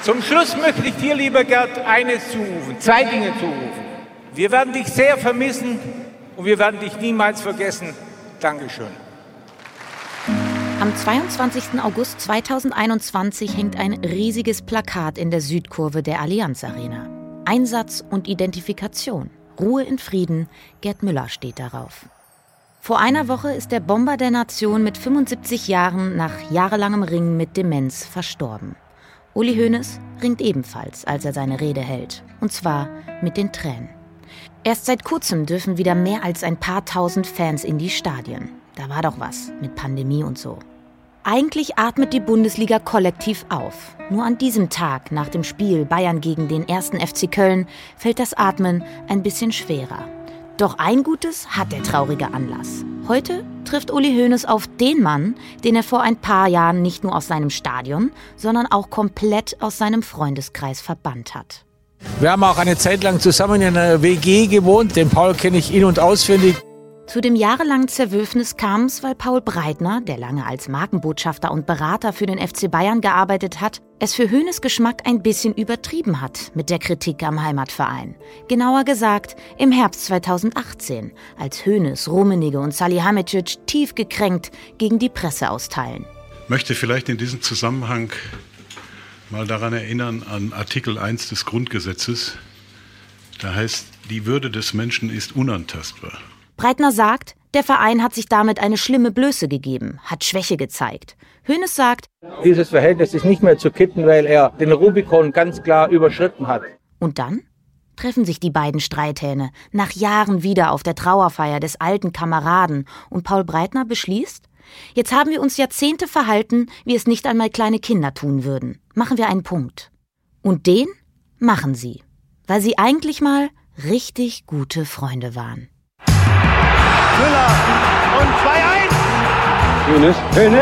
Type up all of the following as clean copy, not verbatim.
Zum Schluss möchte ich dir, lieber Gerd, zwei Dinge zurufen. Wir werden dich sehr vermissen und wir werden dich niemals vergessen. Dankeschön. Am 22. August 2021 hängt ein riesiges Plakat in der Südkurve der Allianz Arena. Einsatz und Identifikation. Ruhe in Frieden. Gerd Müller steht darauf. Vor einer Woche ist der Bomber der Nation mit 75 Jahren nach jahrelangem Ringen mit Demenz verstorben. Uli Hoeneß ringt ebenfalls, als er seine Rede hält. Und zwar mit den Tränen. Erst seit kurzem dürfen wieder mehr als ein paar tausend Fans in die Stadien. Da war doch was mit Pandemie und so. Eigentlich atmet die Bundesliga kollektiv auf. Nur an diesem Tag nach dem Spiel Bayern gegen den 1. FC Köln fällt das Atmen ein bisschen schwerer. Doch ein Gutes hat der traurige Anlass. Heute trifft Uli Hoeneß auf den Mann, den er vor ein paar Jahren nicht nur aus seinem Stadion, sondern auch komplett aus seinem Freundeskreis verbannt hat. Wir haben auch eine Zeit lang zusammen in einer WG gewohnt. Den Paul kenne ich in- und auswendig. Zu dem jahrelangen Zerwürfnis kam es, weil Paul Breitner, der lange als Markenbotschafter und Berater für den FC Bayern gearbeitet hat, es für Hoeneß Geschmack ein bisschen übertrieben hat mit der Kritik am Heimatverein. Genauer gesagt im Herbst 2018, als Hoeneß, Rummenigge und Salihamidzic tief gekränkt gegen die Presse austeilen. Ich möchte vielleicht in diesem Zusammenhang mal daran erinnern an Artikel 1 des Grundgesetzes. Da heißt, die Würde des Menschen ist unantastbar. Breitner sagt, der Verein hat sich damit eine schlimme Blöße gegeben, hat Schwäche gezeigt. Hoeneß sagt, dieses Verhältnis ist nicht mehr zu kitten, weil er den Rubikon ganz klar überschritten hat. Und dann treffen sich die beiden Streithähne nach Jahren wieder auf der Trauerfeier des alten Kameraden und Paul Breitner beschließt, jetzt haben wir uns Jahrzehnte verhalten, wie es nicht einmal kleine Kinder tun würden. Machen wir einen Punkt. Und den machen sie, weil sie eigentlich mal richtig gute Freunde waren. Müller und 2-1. Hoeneß.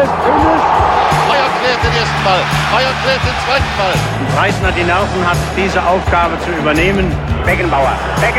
Bayern klärt den ersten Ball. Bayern klärt den zweiten Ball. Breitner die Nerven hat, diese Aufgabe zu übernehmen. Beckenbauer.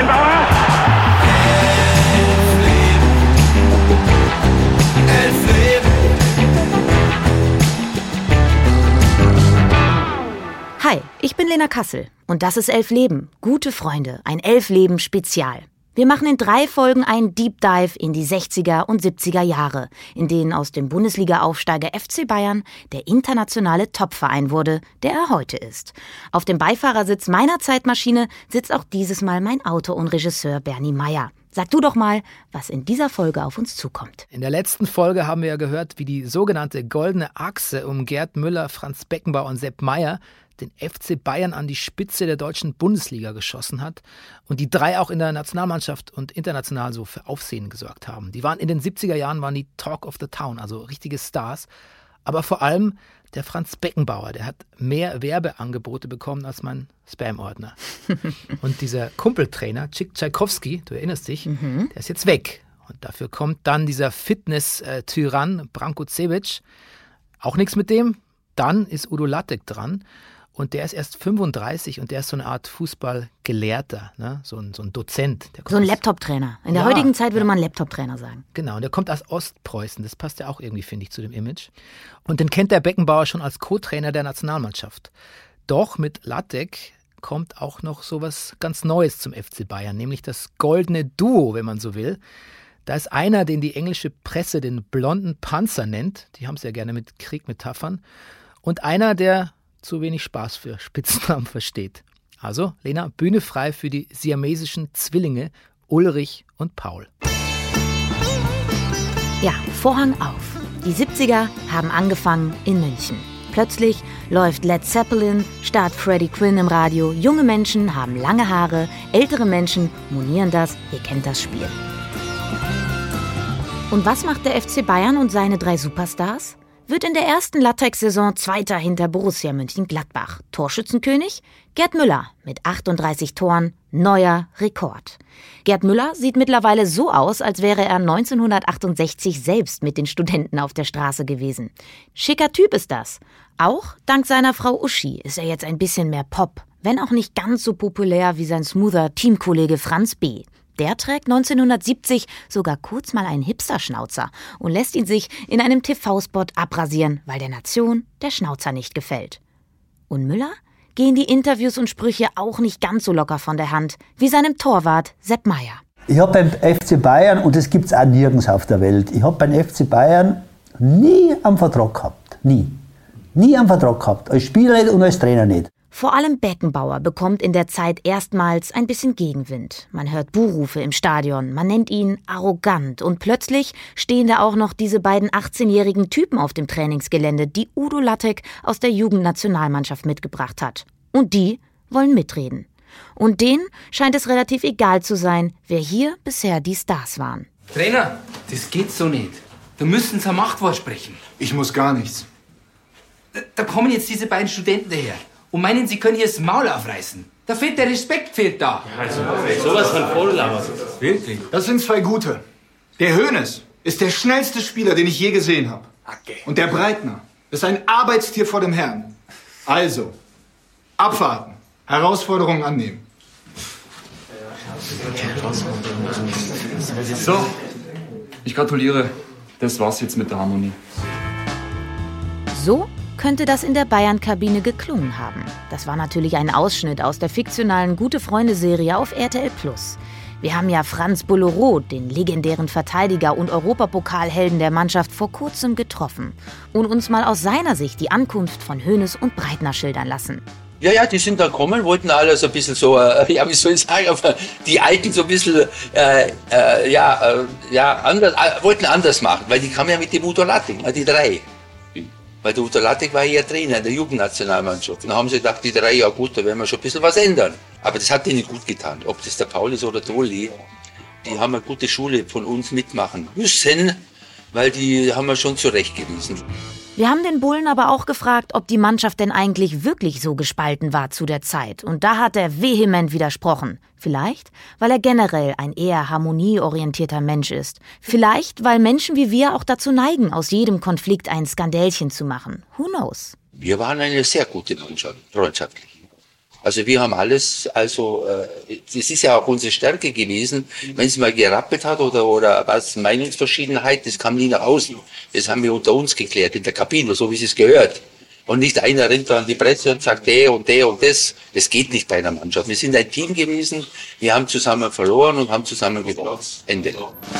Hi, ich bin Lena Kassel und das ist 11 Leben. Gute Freunde, ein 11 Leben Spezial. Wir machen in 3 Folgen einen Deep Dive in die 60er und 70er Jahre, in denen aus dem Bundesliga-Aufsteiger FC Bayern der internationale Topverein wurde, der er heute ist. Auf dem Beifahrersitz meiner Zeitmaschine sitzt auch dieses Mal mein Autor und Regisseur Bernie Meyer. Sag du doch mal, was in dieser Folge auf uns zukommt. In der letzten Folge haben wir ja gehört, wie die sogenannte Goldene Achse um Gerd Müller, Franz Beckenbauer und Sepp Maier den FC Bayern an die Spitze der deutschen Bundesliga geschossen hat und die 3 auch in der Nationalmannschaft und international so für Aufsehen gesorgt haben. Die waren in den 70er Jahren die Talk of the Town, also richtige Stars. Aber vor allem der Franz Beckenbauer, der hat mehr Werbeangebote bekommen als mein Spam-Ordner. Und dieser Kumpeltrainer, Chick Tchaikovsky, du erinnerst dich, der ist jetzt weg. Und dafür kommt dann dieser Fitness-Tyrann Branko Cevic. Auch nichts mit dem. Dann ist Udo Lattek dran. Und der ist erst 35 und der ist so eine Art Fußballgelehrter, ne? so ein Dozent. So ein Laptop-Trainer. In der heutigen Zeit würde man Laptop-Trainer sagen. Genau, und der kommt aus Ostpreußen. Das passt ja auch irgendwie, finde ich, zu dem Image. Und den kennt der Beckenbauer schon als Co-Trainer der Nationalmannschaft. Doch mit Lattek kommt auch noch sowas ganz Neues zum FC Bayern, nämlich das goldene Duo, wenn man so will. Da ist einer, den die englische Presse den blonden Panzer nennt. Die haben es ja gerne mit Kriegmetaphern. Und einer, der zu wenig Spaß für Spitznamen versteht. Also, Lena, Bühne frei für die siamesischen Zwillinge Ulrich und Paul. Ja, Vorhang auf. Die 70er haben angefangen in München. Plötzlich läuft Led Zeppelin, starrt Freddie Quinn im Radio. Junge Menschen haben lange Haare, ältere Menschen monieren das, ihr kennt das Spiel. Und was macht der FC Bayern und seine 3 Superstars? Wird in der ersten Lattek-Saison Zweiter hinter Borussia Mönchengladbach. Torschützenkönig? Gerd Müller mit 38 Toren, neuer Rekord. Gerd Müller sieht mittlerweile so aus, als wäre er 1968 selbst mit den Studenten auf der Straße gewesen. Schicker Typ ist das. Auch dank seiner Frau Uschi ist er jetzt ein bisschen mehr Pop, wenn auch nicht ganz so populär wie sein smoother Teamkollege Franz B. Der trägt 1970 sogar kurz mal einen Hipster-Schnauzer und lässt ihn sich in einem TV-Spot abrasieren, weil der Nation der Schnauzer nicht gefällt. Und Müller, gehen die Interviews und Sprüche auch nicht ganz so locker von der Hand, wie seinem Torwart Sepp Maier. Ich habe beim FC Bayern, und das gibt es auch nirgends auf der Welt, ich habe beim FC Bayern nie einen Vertrag gehabt. Nie. Nie einen Vertrag gehabt. Als Spieler nicht und als Trainer nicht. Vor allem Beckenbauer bekommt in der Zeit erstmals ein bisschen Gegenwind. Man hört Buhrufe im Stadion, man nennt ihn arrogant und plötzlich stehen da auch noch diese beiden 18-jährigen Typen auf dem Trainingsgelände, die Udo Lattek aus der Jugendnationalmannschaft mitgebracht hat. Und die wollen mitreden. Und denen scheint es relativ egal zu sein, wer hier bisher die Stars waren. Trainer, das geht so nicht. Da müssen Sie ein Machtwort sprechen. Ich muss gar nichts. Da kommen jetzt diese beiden Studenten daher und meinen, sie können hier das Maul aufreißen. Da fehlt der Respekt, fehlt da. Also, sowas von Volllaber. Wirklich? Das sind zwei gute. Der Hoeneß ist der schnellste Spieler, den ich je gesehen habe. Okay. Und der Breitner ist ein Arbeitstier vor dem Herrn. Also, abwarten, Herausforderungen annehmen. So, ich gratuliere. Das war's jetzt mit der Harmonie. So könnte das in der Bayern-Kabine geklungen haben. Das war natürlich ein Ausschnitt aus der fiktionalen Gute-Freunde-Serie auf RTL+. Wir haben ja Franz Bollorot, den legendären Verteidiger und Europapokalhelden der Mannschaft, vor kurzem getroffen und uns mal aus seiner Sicht die Ankunft von Hoeneß und Breitner schildern lassen. Ja, die sind da gekommen, wollten alle so ein bisschen so, wie soll ich sagen, die Alten so ein bisschen, anders, wollten anders machen, weil die kamen ja mit dem Udo Lattek, die drei. Weil der Udo Lattek war ja Trainer in der Jugendnationalmannschaft. Und dann haben sie gedacht, die drei, ja gut, da werden wir schon ein bisschen was ändern. Aber das hat denen nicht gut getan. Ob das der Paul ist oder der Uli, die haben eine gute Schule von uns mitmachen müssen, weil die haben wir schon zurechtgewiesen. Wir haben den Bullen aber auch gefragt, ob die Mannschaft denn eigentlich wirklich so gespalten war zu der Zeit. Und da hat er vehement widersprochen. Vielleicht, weil er generell ein eher harmonieorientierter Mensch ist. Vielleicht, weil Menschen wie wir auch dazu neigen, aus jedem Konflikt ein Skandälchen zu machen. Who knows? Wir waren eine sehr gute Mannschaft, freundschaftlich. Also wir haben alles, das ist ja auch unsere Stärke gewesen, wenn es mal gerappelt hat oder was, Meinungsverschiedenheit, das kam nie nach außen. Das haben wir unter uns geklärt, in der Kabine, so wie es gehört. Und nicht einer rennt an die Presse und sagt, der und das. Das geht nicht bei einer Mannschaft. Wir sind ein Team gewesen, wir haben zusammen verloren und haben zusammen gewonnen. Ende.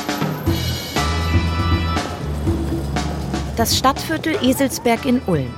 Das Stadtviertel Eselsberg in Ulm,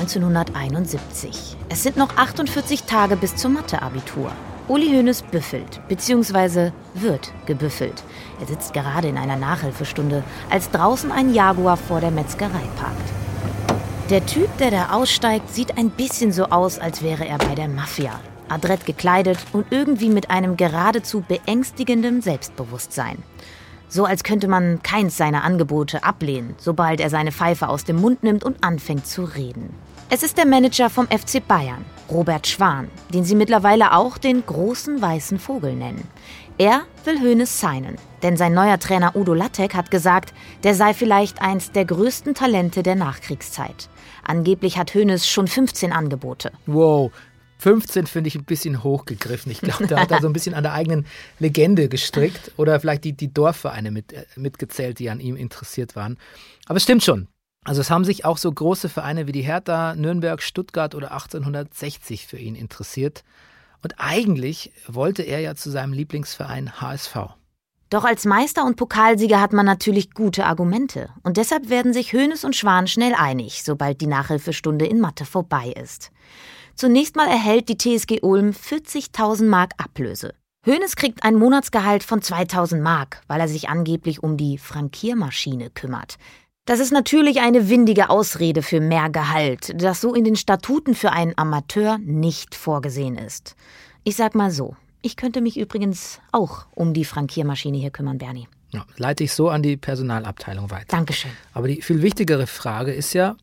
1971. Es sind noch 48 Tage bis zum Mathe-Abitur. Uli Hoeneß büffelt, beziehungsweise wird gebüffelt. Er sitzt gerade in einer Nachhilfestunde, als draußen ein Jaguar vor der Metzgerei parkt. Der Typ, der da aussteigt, sieht ein bisschen so aus, als wäre er bei der Mafia. Adrett gekleidet und irgendwie mit einem geradezu beängstigenden Selbstbewusstsein. So als könnte man keins seiner Angebote ablehnen, sobald er seine Pfeife aus dem Mund nimmt und anfängt zu reden. Es ist der Manager vom FC Bayern, Robert Schwan, den sie mittlerweile auch den großen weißen Vogel nennen. Er will Hoeneß signen, denn sein neuer Trainer Udo Lattek hat gesagt, der sei vielleicht eins der größten Talente der Nachkriegszeit. Angeblich hat Hoeneß schon 15 Angebote. Wow, 15 finde ich ein bisschen hochgegriffen. Ich glaube, da hat er so ein bisschen an der eigenen Legende gestrickt oder vielleicht die Dorfvereine mitgezählt, die an ihm interessiert waren. Aber es stimmt schon. Also es haben sich auch so große Vereine wie die Hertha, Nürnberg, Stuttgart oder 1860 für ihn interessiert. Und eigentlich wollte er ja zu seinem Lieblingsverein HSV. Doch als Meister und Pokalsieger hat man natürlich gute Argumente. Und deshalb werden sich Hoeneß und Schwan schnell einig, sobald die Nachhilfestunde in Mathe vorbei ist. Zunächst mal erhält die TSG Ulm 40.000 Mark Ablöse. Hoeneß kriegt ein Monatsgehalt von 2.000 Mark, weil er sich angeblich um die Frankiermaschine kümmert. Das ist natürlich eine windige Ausrede für mehr Gehalt, das so in den Statuten für einen Amateur nicht vorgesehen ist. Ich sag mal so, ich könnte mich übrigens auch um die Frankiermaschine hier kümmern, Bernie. Ja, leite ich so an die Personalabteilung weiter. Dankeschön. Aber die viel wichtigere Frage ist ja,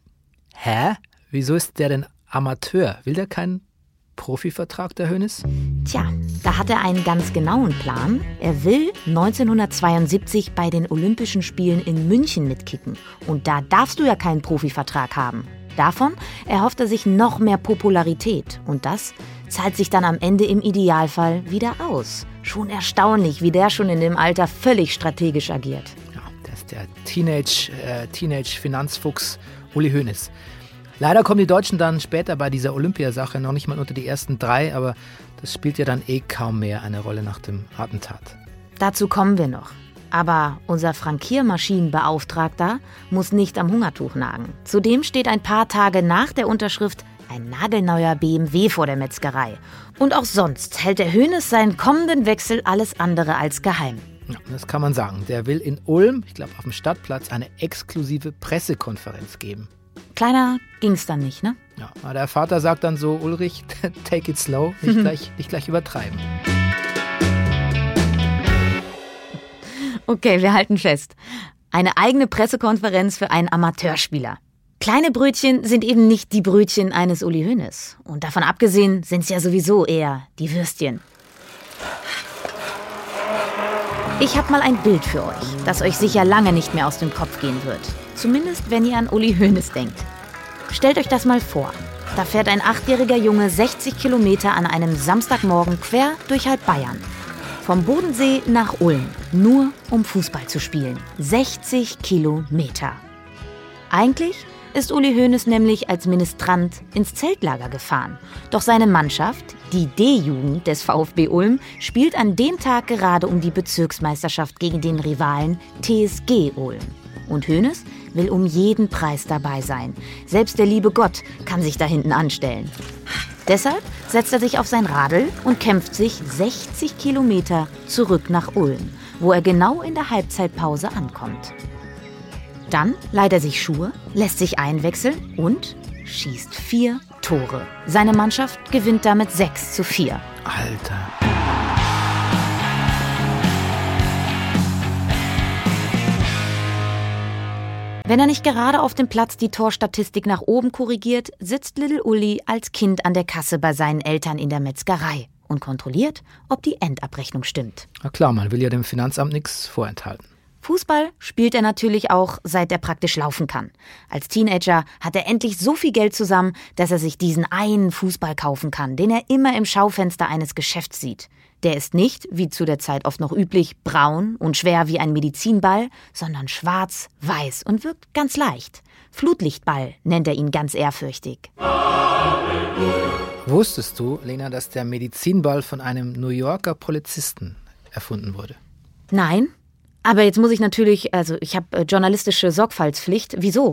wieso ist der denn Amateur? Will der keinen Profivertrag, der Hoeneß? Tja, da hat er einen ganz genauen Plan. Er will 1972 bei den Olympischen Spielen in München mitkicken. Und da darfst du ja keinen Profivertrag haben. Davon erhofft er sich noch mehr Popularität. Und das zahlt sich dann am Ende im Idealfall wieder aus. Schon erstaunlich, wie der schon in dem Alter völlig strategisch agiert. Ja, das ist der Teenage-Finanzfuchs Uli Hoeneß. Leider kommen die Deutschen dann später bei dieser Olympiasache noch nicht mal unter die ersten 3, aber das spielt ja dann kaum mehr eine Rolle nach dem Attentat. Dazu kommen wir noch. Aber unser Frankiermaschinenbeauftragter muss nicht am Hungertuch nagen. Zudem steht ein paar Tage nach der Unterschrift ein nagelneuer BMW vor der Metzgerei. Und auch sonst hält der Hoeneß seinen kommenden Wechsel alles andere als geheim. Ja, das kann man sagen. Der will in Ulm, ich glaube auf dem Stadtplatz, eine exklusive Pressekonferenz geben. Kleiner ging's dann nicht, ne? Ja, aber der Vater sagt dann so, Ulrich, take it slow, nicht gleich übertreiben. Okay, wir halten fest. Eine eigene Pressekonferenz für einen Amateurspieler. Kleine Brötchen sind eben nicht die Brötchen eines Uli Hoeneß. Und davon abgesehen sind es ja sowieso eher die Würstchen. Ich habe mal ein Bild für euch, das euch sicher lange nicht mehr aus dem Kopf gehen wird. Zumindest, wenn ihr an Uli Hoeneß denkt. Stellt euch das mal vor. Da fährt ein 8-jähriger Junge 60 Kilometer an einem Samstagmorgen quer durch halb Bayern. Vom Bodensee nach Ulm, nur um Fußball zu spielen. 60 Kilometer. Eigentlich ist Uli Hoeneß nämlich als Ministrant ins Zeltlager gefahren. Doch seine Mannschaft, die D-Jugend des VfB Ulm, spielt an dem Tag gerade um die Bezirksmeisterschaft gegen den Rivalen TSG Ulm. Und Hoeneß will um jeden Preis dabei sein. Selbst der liebe Gott kann sich da hinten anstellen. Deshalb setzt er sich auf sein Radl und kämpft sich 60 Kilometer zurück nach Ulm, wo er genau in der Halbzeitpause ankommt. Dann leiht er sich Schuhe, lässt sich einwechseln und schießt 4 Tore. Seine Mannschaft gewinnt damit 6:4. Alter. Wenn er nicht gerade auf dem Platz die Torstatistik nach oben korrigiert, sitzt Little Uli als Kind an der Kasse bei seinen Eltern in der Metzgerei und kontrolliert, ob die Endabrechnung stimmt. Na klar, man will ja dem Finanzamt nichts vorenthalten. Fußball spielt er natürlich auch, seit er praktisch laufen kann. Als Teenager hat er endlich so viel Geld zusammen, dass er sich diesen einen Fußball kaufen kann, den er immer im Schaufenster eines Geschäfts sieht. Der ist nicht, wie zu der Zeit oft noch üblich, braun und schwer wie ein Medizinball, sondern schwarz, weiß und wirkt ganz leicht. Flutlichtball nennt er ihn ganz ehrfürchtig. Wusstest du, Lena, dass der Medizinball von einem New Yorker Polizisten erfunden wurde? Nein, aber jetzt muss ich natürlich, ich habe journalistische Sorgfaltspflicht. Wieso?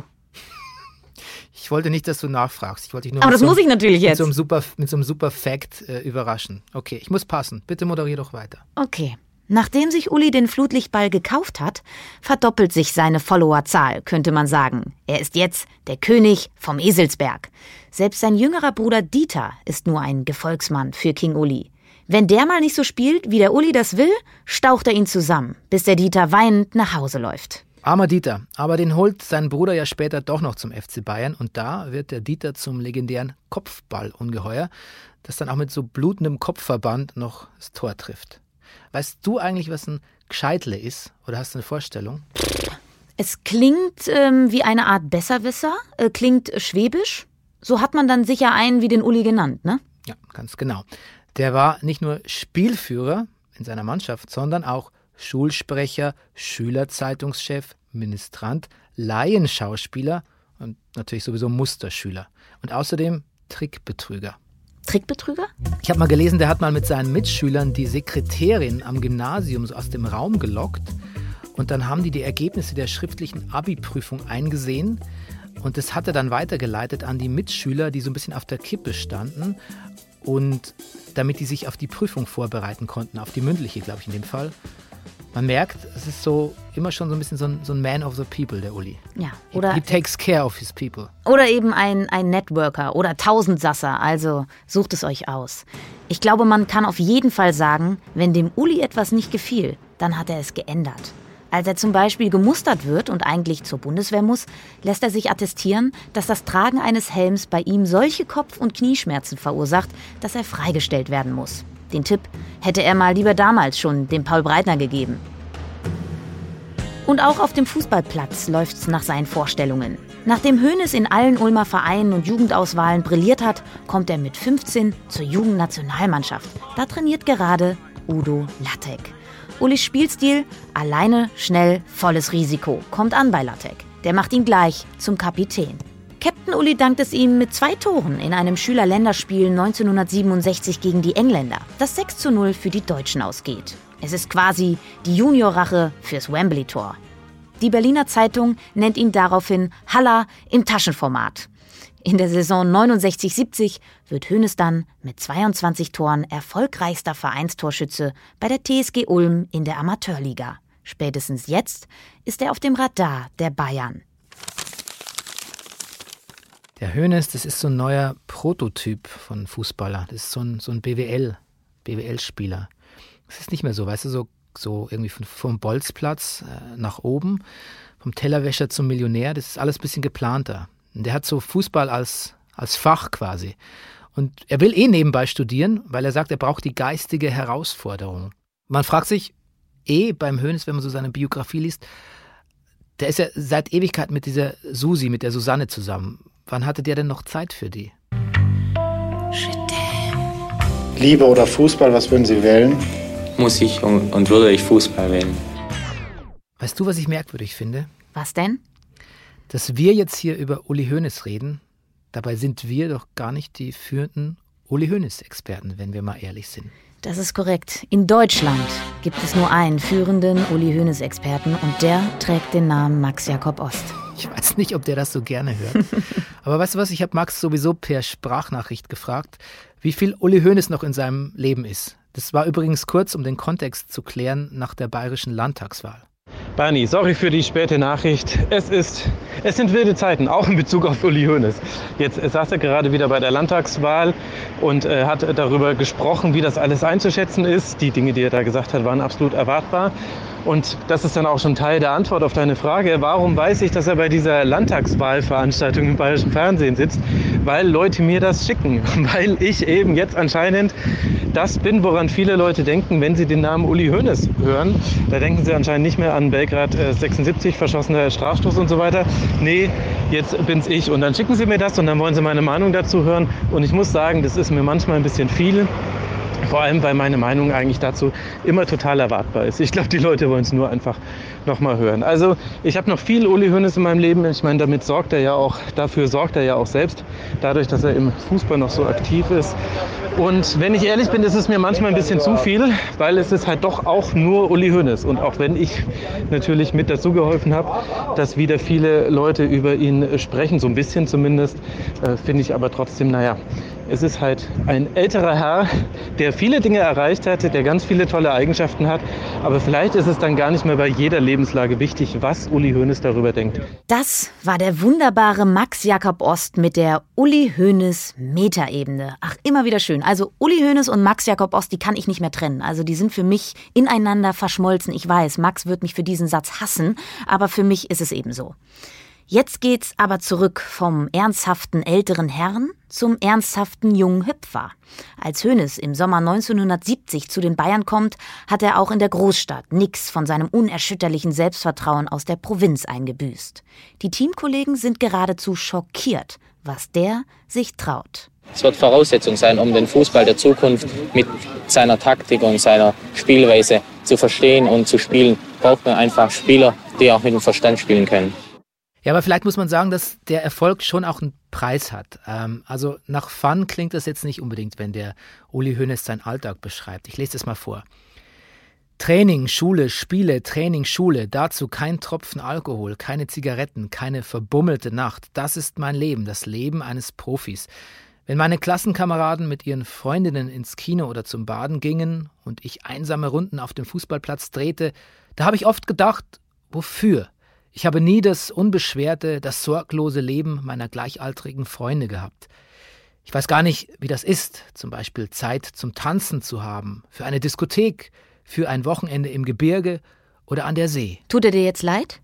Ich wollte nicht, dass du nachfragst. Ich wollte dich nur aber das muss ich natürlich jetzt. Mit so einem super Fact überraschen. Okay, ich muss passen. Bitte moderier doch weiter. Okay. Nachdem sich Uli den Flutlichtball gekauft hat, verdoppelt sich seine Followerzahl, könnte man sagen. Er ist jetzt der König vom Eselsberg. Selbst sein jüngerer Bruder Dieter ist nur ein Gefolgsmann für King Uli. Wenn der mal nicht so spielt, wie der Uli das will, staucht er ihn zusammen, bis der Dieter weinend nach Hause läuft. Armer Dieter, aber den holt sein Bruder ja später doch noch zum FC Bayern und da wird der Dieter zum legendären Kopfballungeheuer, das dann auch mit so blutendem Kopfverband noch das Tor trifft. Weißt du eigentlich, was ein Gscheitle ist oder hast du eine Vorstellung? Es klingt wie eine Art Besserwisser, klingt schwäbisch. So hat man dann sicher einen wie den Uli genannt, ne? Ja, ganz genau. Der war nicht nur Spielführer in seiner Mannschaft, sondern auch Schulsprecher, Schülerzeitungschef, Ministrant, Laienschauspieler und natürlich sowieso Musterschüler. Und außerdem Trickbetrüger. Trickbetrüger? Ich habe mal gelesen, der hat mal mit seinen Mitschülern die Sekretärin am Gymnasium so aus dem Raum gelockt und dann haben die Ergebnisse der schriftlichen Abi-Prüfung eingesehen und das hat er dann weitergeleitet an die Mitschüler, die so ein bisschen auf der Kippe standen und damit die sich auf die Prüfung vorbereiten konnten, auf die mündliche, glaube ich in dem Fall. Man merkt, es ist so immer schon so ein bisschen so ein Man of the People, der Uli. Ja, oder he takes care of his people. Oder eben ein Networker oder Tausendsasser, also sucht es euch aus. Ich glaube, man kann auf jeden Fall sagen, wenn dem Uli etwas nicht gefiel, dann hat er es geändert. Als er zum Beispiel gemustert wird und eigentlich zur Bundeswehr muss, lässt er sich attestieren, dass das Tragen eines Helms bei ihm solche Kopf- und Knieschmerzen verursacht, dass er freigestellt werden muss. Den Tipp hätte er mal lieber damals schon dem Paul Breitner gegeben. Und auch auf dem Fußballplatz läuft's nach seinen Vorstellungen. Nachdem Hoeneß in allen Ulmer Vereinen und Jugendauswahlen brilliert hat, kommt er mit 15 zur Jugendnationalmannschaft. Da trainiert gerade Udo Lattek. Ulis Spielstil, alleine, schnell, volles Risiko, kommt an bei Lattek. Der macht ihn gleich zum Kapitän. Captain Uli dankt es ihm mit 2 Toren in einem Schüler-Länderspiel 1967 gegen die Engländer, das 6:0 für die Deutschen ausgeht. Es ist quasi die Juniorrache fürs Wembley-Tor. Die Berliner Zeitung nennt ihn daraufhin Haller im Taschenformat. In der Saison 69/70 wird Hoeneß dann mit 22 Toren erfolgreichster Vereinstorschütze bei der TSG Ulm in der Amateurliga. Spätestens jetzt ist er auf dem Radar der Bayern. Der Hoeneß, das ist so ein neuer Prototyp von Fußballer. Das ist so ein BWL-Spieler. Es ist nicht mehr so, weißt du, so irgendwie vom Bolzplatz nach oben, vom Tellerwäscher zum Millionär. Das ist alles ein bisschen geplanter. Und der hat so Fußball als Fach quasi. Und er will nebenbei studieren, weil er sagt, er braucht die geistige Herausforderung. Man fragt sich beim Hoeneß, wenn man so seine Biografie liest, der ist ja seit Ewigkeit mit dieser Susi, mit der Susanne zusammen. Wann hatte der denn noch Zeit für die? Liebe oder Fußball, was würden Sie wählen? Muss ich und würde ich Fußball wählen. Weißt du, was ich merkwürdig finde? Was denn? Dass wir jetzt hier über Uli Hoeneß reden, dabei sind wir doch gar nicht die führenden Uli Hoeneß-Experten, wenn wir mal ehrlich sind. Das ist korrekt. In Deutschland gibt es nur einen führenden Uli Hoeneß-Experten und der trägt den Namen Max Jakob Ost. Ich weiß nicht, ob der das so gerne hört. Aber weißt du was, ich habe Max sowieso per Sprachnachricht gefragt, wie viel Uli Hoeneß noch in seinem Leben ist. Das war übrigens kurz, um den Kontext zu klären, nach der bayerischen Landtagswahl. Bernie, sorry für die späte Nachricht. Es sind wilde Zeiten, auch in Bezug auf Uli Hoeneß. Jetzt saß er gerade wieder bei der Landtagswahl und hat darüber gesprochen, wie das alles einzuschätzen ist. Die Dinge, die er da gesagt hat, waren absolut erwartbar. Und das ist dann auch schon Teil der Antwort auf deine Frage. Warum weiß ich, dass er bei dieser Landtagswahlveranstaltung im bayerischen Fernsehen sitzt? Weil Leute mir das schicken. Weil ich eben jetzt anscheinend das bin, woran viele Leute denken, wenn sie den Namen Uli Hoeneß hören. Da denken sie anscheinend nicht mehr an Belgrad 76, verschossener Strafstoß und so weiter. Nee, jetzt bin's ich. Und dann schicken sie mir das und dann wollen sie meine Meinung dazu hören. Und ich muss sagen, das ist mir manchmal ein bisschen viel. Vor allem, weil meine Meinung eigentlich dazu immer total erwartbar ist. Ich glaube, die Leute wollen es nur einfach nochmal hören. Also ich habe noch viel Uli Hoeneß in meinem Leben. Ich meine, dafür sorgt er ja auch selbst, dadurch, dass er im Fußball noch so aktiv ist. Und wenn ich ehrlich bin, ist es mir manchmal ein bisschen zu viel, weil es ist halt doch auch nur Uli Hoeneß. Und auch wenn ich natürlich mit dazu geholfen habe, dass wieder viele Leute über ihn sprechen, so ein bisschen zumindest, finde ich aber trotzdem, es ist halt ein älterer Herr, der viele Dinge erreicht hat, der ganz viele tolle Eigenschaften hat. Aber vielleicht ist es dann gar nicht mehr bei jeder Lebenslage wichtig, was Uli Hoeneß darüber denkt. Das war der wunderbare Max Jakob Ost mit der Uli Hoeneß Metaebene. Ach, immer wieder schön. Also Uli Hoeneß und Max Jakob Ost, die kann ich nicht mehr trennen. Also die sind für mich ineinander verschmolzen. Ich weiß, Max wird mich für diesen Satz hassen, aber für mich ist es eben so. Jetzt geht's aber zurück vom ernsthaften älteren Herrn zum ernsthaften jungen Hüpfer. Als Hoeneß im Sommer 1970 zu den Bayern kommt, hat er auch in der Großstadt nix von seinem unerschütterlichen Selbstvertrauen aus der Provinz eingebüßt. Die Teamkollegen sind geradezu schockiert, was der sich traut. Es wird Voraussetzung sein, um den Fußball der Zukunft mit seiner Taktik und seiner Spielweise zu verstehen und zu spielen. Braucht man einfach Spieler, die auch mit dem Verstand spielen können. Ja, aber vielleicht muss man sagen, dass der Erfolg schon auch einen Preis hat. Also nach Fun klingt das jetzt nicht unbedingt, wenn der Uli Hoeneß seinen Alltag beschreibt. Ich lese das mal vor. Training, Schule, Spiele, Training, Schule, dazu kein Tropfen Alkohol, keine Zigaretten, keine verbummelte Nacht. Das ist mein Leben, das Leben eines Profis. Wenn meine Klassenkameraden mit ihren Freundinnen ins Kino oder zum Baden gingen und ich einsame Runden auf dem Fußballplatz drehte, da habe ich oft gedacht, wofür? Ich habe nie das unbeschwerte, das sorglose Leben meiner gleichaltrigen Freunde gehabt. Ich weiß gar nicht, wie das ist, zum Beispiel Zeit zum Tanzen zu haben, für eine Diskothek, für ein Wochenende im Gebirge oder an der See. Tut er dir jetzt leid?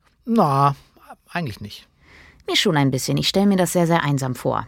Na, eigentlich nicht. Mir schon ein bisschen. Ich stelle mir das sehr, sehr einsam vor.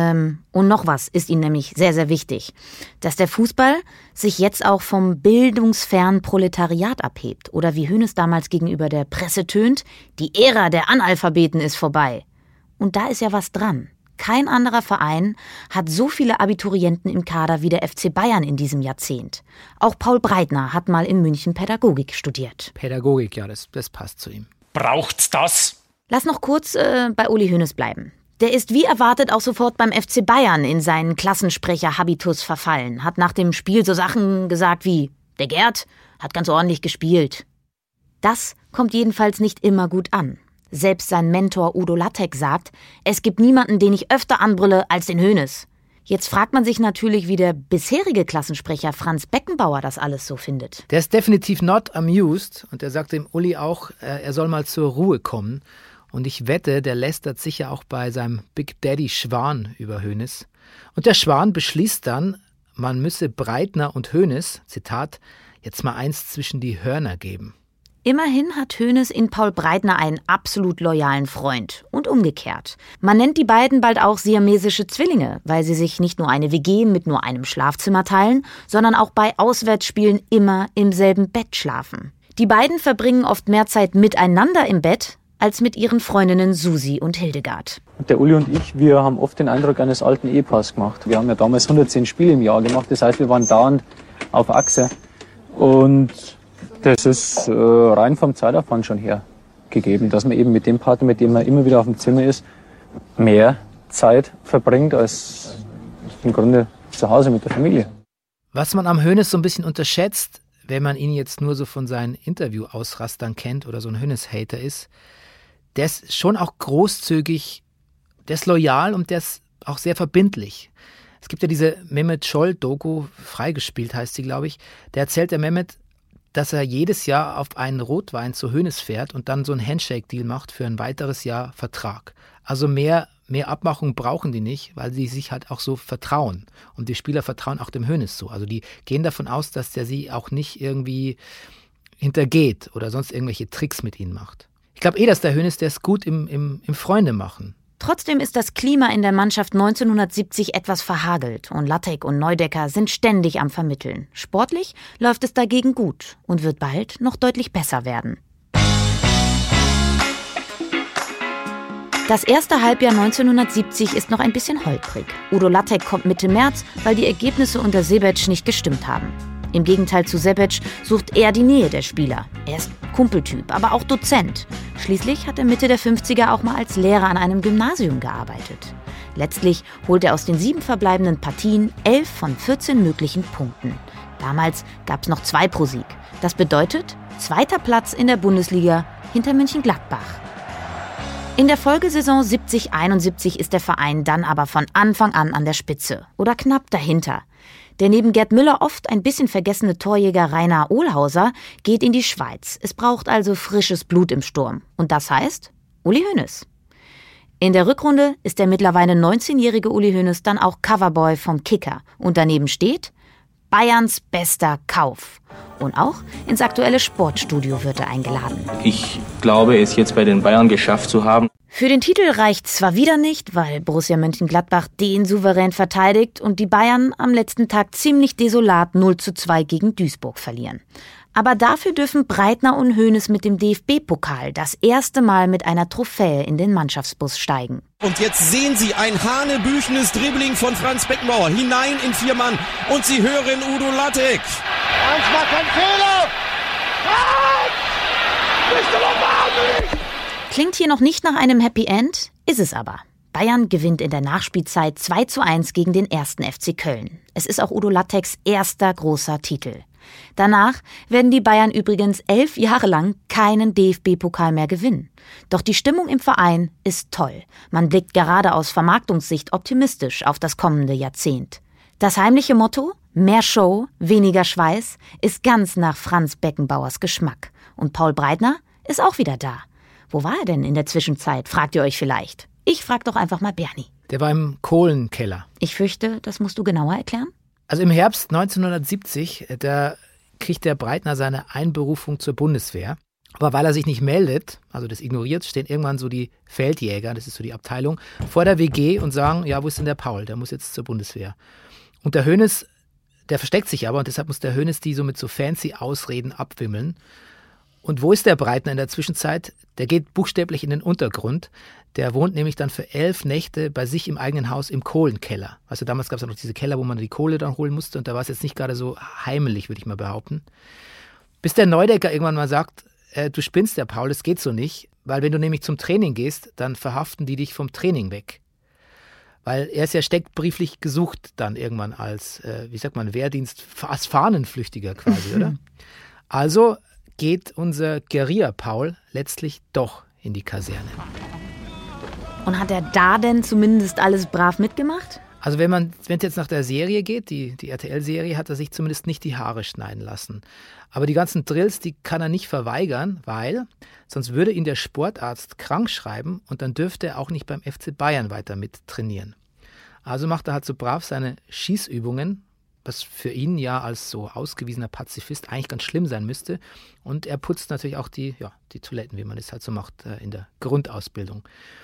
Und noch was ist ihm nämlich sehr, sehr wichtig. Dass der Fußball sich jetzt auch vom bildungsfernen Proletariat abhebt. Oder wie Hoeneß damals gegenüber der Presse tönt, die Ära der Analphabeten ist vorbei. Und da ist ja was dran. Kein anderer Verein hat so viele Abiturienten im Kader wie der FC Bayern in diesem Jahrzehnt. Auch Paul Breitner hat mal in München Pädagogik studiert. Pädagogik, ja, das passt zu ihm. Braucht's das? Lass noch kurz bei Uli Hoeneß bleiben. Der ist wie erwartet auch sofort beim FC Bayern in seinen Klassensprecher-Habitus verfallen, hat nach dem Spiel so Sachen gesagt wie, der Gerd hat ganz ordentlich gespielt. Das kommt jedenfalls nicht immer gut an. Selbst sein Mentor Udo Lattek sagt, es gibt niemanden, den ich öfter anbrülle als den Hoeneß. Jetzt fragt man sich natürlich, wie der bisherige Klassensprecher Franz Beckenbauer das alles so findet. Der ist definitiv not amused und er sagt dem Uli auch, er soll mal zur Ruhe kommen. Und ich wette, der lästert sicher auch bei seinem Big Daddy Schwan über Hoeneß. Und der Schwan beschließt dann, man müsse Breitner und Hoeneß, Zitat, jetzt mal eins zwischen die Hörner geben. Immerhin hat Hoeneß in Paul Breitner einen absolut loyalen Freund und umgekehrt. Man nennt die beiden bald auch siamesische Zwillinge, weil sie sich nicht nur eine WG mit nur einem Schlafzimmer teilen, sondern auch bei Auswärtsspielen immer im selben Bett schlafen. Die beiden verbringen oft mehr Zeit miteinander im Bett als mit ihren Freundinnen Susi und Hildegard. Der Uli und ich, wir haben oft den Eindruck eines alten Ehepaars gemacht. Wir haben ja damals 110 Spiele im Jahr gemacht, das heißt, wir waren dauernd auf Achse. Und das ist rein vom Zeitaufwand schon her gegeben, dass man eben mit dem Partner, mit dem man immer wieder auf dem Zimmer ist, mehr Zeit verbringt als im Grunde zu Hause mit der Familie. Was man am Hoeneß so ein bisschen unterschätzt, wenn man ihn jetzt nur so von seinen Interview-Ausrastern kennt oder so ein Hoeneß-Hater ist, der ist schon auch großzügig, der ist loyal und der ist auch sehr verbindlich. Es gibt ja diese Mehmet Scholl-Doku, Freigespielt heißt sie, glaube ich. Da erzählt der Mehmet, dass er jedes Jahr auf einen Rotwein zu Hoeneß fährt und dann so einen Handshake-Deal macht für ein weiteres Jahr Vertrag. Also mehr Abmachung brauchen die nicht, weil sie sich halt auch so vertrauen. Und die Spieler vertrauen auch dem Hoeneß so. Also die gehen davon aus, dass der sie auch nicht irgendwie hintergeht oder sonst irgendwelche Tricks mit ihnen macht. Ich glaube dass der Hoeneß, der ist gut im Freunde machen. Trotzdem ist das Klima in der Mannschaft 1970 etwas verhagelt und Lattek und Neudecker sind ständig am Vermitteln. Sportlich läuft es dagegen gut und wird bald noch deutlich besser werden. Das erste Halbjahr 1970 ist noch ein bisschen holprig. Udo Lattek kommt Mitte März, weil die Ergebnisse unter Sebec nicht gestimmt haben. Im Gegenteil zu Sebec sucht er die Nähe der Spieler. Er ist Kumpeltyp, aber auch Dozent. Schließlich hat er Mitte der 50er auch mal als Lehrer an einem Gymnasium gearbeitet. Letztlich holt er aus den 7 verbleibenden Partien 11 von 14 möglichen Punkten. Damals gab es noch 2 pro Sieg. Das bedeutet 2. Platz in der Bundesliga hinter Mönchengladbach. In der Folgesaison 70/71 ist der Verein dann aber von Anfang an der Spitze oder knapp dahinter. Der neben Gerd Müller oft ein bisschen vergessene Torjäger Rainer Ohlhauser geht in die Schweiz. Es braucht also frisches Blut im Sturm. Und das heißt Uli Hoeneß. In der Rückrunde ist der mittlerweile 19-jährige Uli Hoeneß dann auch Coverboy vom Kicker. Und daneben steht Bayerns bester Kauf. Und auch ins aktuelle Sportstudio wird er eingeladen. Ich glaube, es jetzt bei den Bayern geschafft zu haben. Für den Titel reicht zwar wieder nicht, weil Borussia Mönchengladbach den souverän verteidigt und die Bayern am letzten Tag ziemlich desolat 0:2 gegen Duisburg verlieren. Aber dafür dürfen Breitner und Hoeneß mit dem DFB-Pokal das erste Mal mit einer Trophäe in den Mannschaftsbus steigen. Und jetzt sehen Sie ein hanebüchenes Dribbling von Franz Beckenbauer hinein in 4 Mann. Und Sie hören Udo Lattek. Franz macht einen Fehler! Bist du noch wahnsinnig? Klingt hier noch nicht nach einem Happy End, ist es aber. Bayern gewinnt in der Nachspielzeit 2:1 gegen den 1. FC Köln. Es ist auch Udo Latteks erster großer Titel. Danach werden die Bayern übrigens 11 Jahre lang keinen DFB-Pokal mehr gewinnen. Doch die Stimmung im Verein ist toll. Man blickt gerade aus Vermarktungssicht optimistisch auf das kommende Jahrzehnt. Das heimliche Motto, mehr Show, weniger Schweiß, ist ganz nach Franz Beckenbauers Geschmack. Und Paul Breitner ist auch wieder da. Wo war er denn in der Zwischenzeit, fragt ihr euch vielleicht. Ich frag doch einfach mal Bernie. Der war im Kohlenkeller. Ich fürchte, das musst du genauer erklären. Also im Herbst 1970, da kriegt der Breitner seine Einberufung zur Bundeswehr. Aber weil er sich nicht meldet, also das ignoriert, stehen irgendwann so die Feldjäger, das ist so die Abteilung, vor der WG und sagen, ja, wo ist denn der Paul? Der muss jetzt zur Bundeswehr. Und der Hoeneß, der versteckt sich aber und deshalb muss der Hoeneß die so mit so fancy Ausreden abwimmeln. Und wo ist der Breitner in der Zwischenzeit? Der geht buchstäblich in den Untergrund. Der wohnt nämlich dann für 11 Nächte bei sich im eigenen Haus im Kohlenkeller. Also damals gab es ja noch diese Keller, wo man die Kohle dann holen musste. Und da war es jetzt nicht gerade so heimelig, würde ich mal behaupten. Bis der Neudecker irgendwann mal sagt, du spinnst, der Paul, das geht so nicht. Weil wenn du nämlich zum Training gehst, dann verhaften die dich vom Training weg. Weil er ist ja steckbrieflich gesucht dann irgendwann als, Wehrdienst, als Fahnenflüchtiger quasi, oder? Also geht unser Guerilla Paul letztlich doch in die Kaserne. Und hat er da denn zumindest alles brav mitgemacht? Also wenn es jetzt nach der Serie geht, die RTL-Serie, hat er sich zumindest nicht die Haare schneiden lassen. Aber die ganzen Drills, die kann er nicht verweigern, weil sonst würde ihn der Sportarzt krank schreiben und dann dürfte er auch nicht beim FC Bayern weiter mit trainieren. Also macht er halt so brav seine Schießübungen, was für ihn ja als so ausgewiesener Pazifist eigentlich ganz schlimm sein müsste. Und er putzt natürlich auch die Toiletten, wie man es halt so macht in der Grundausbildung.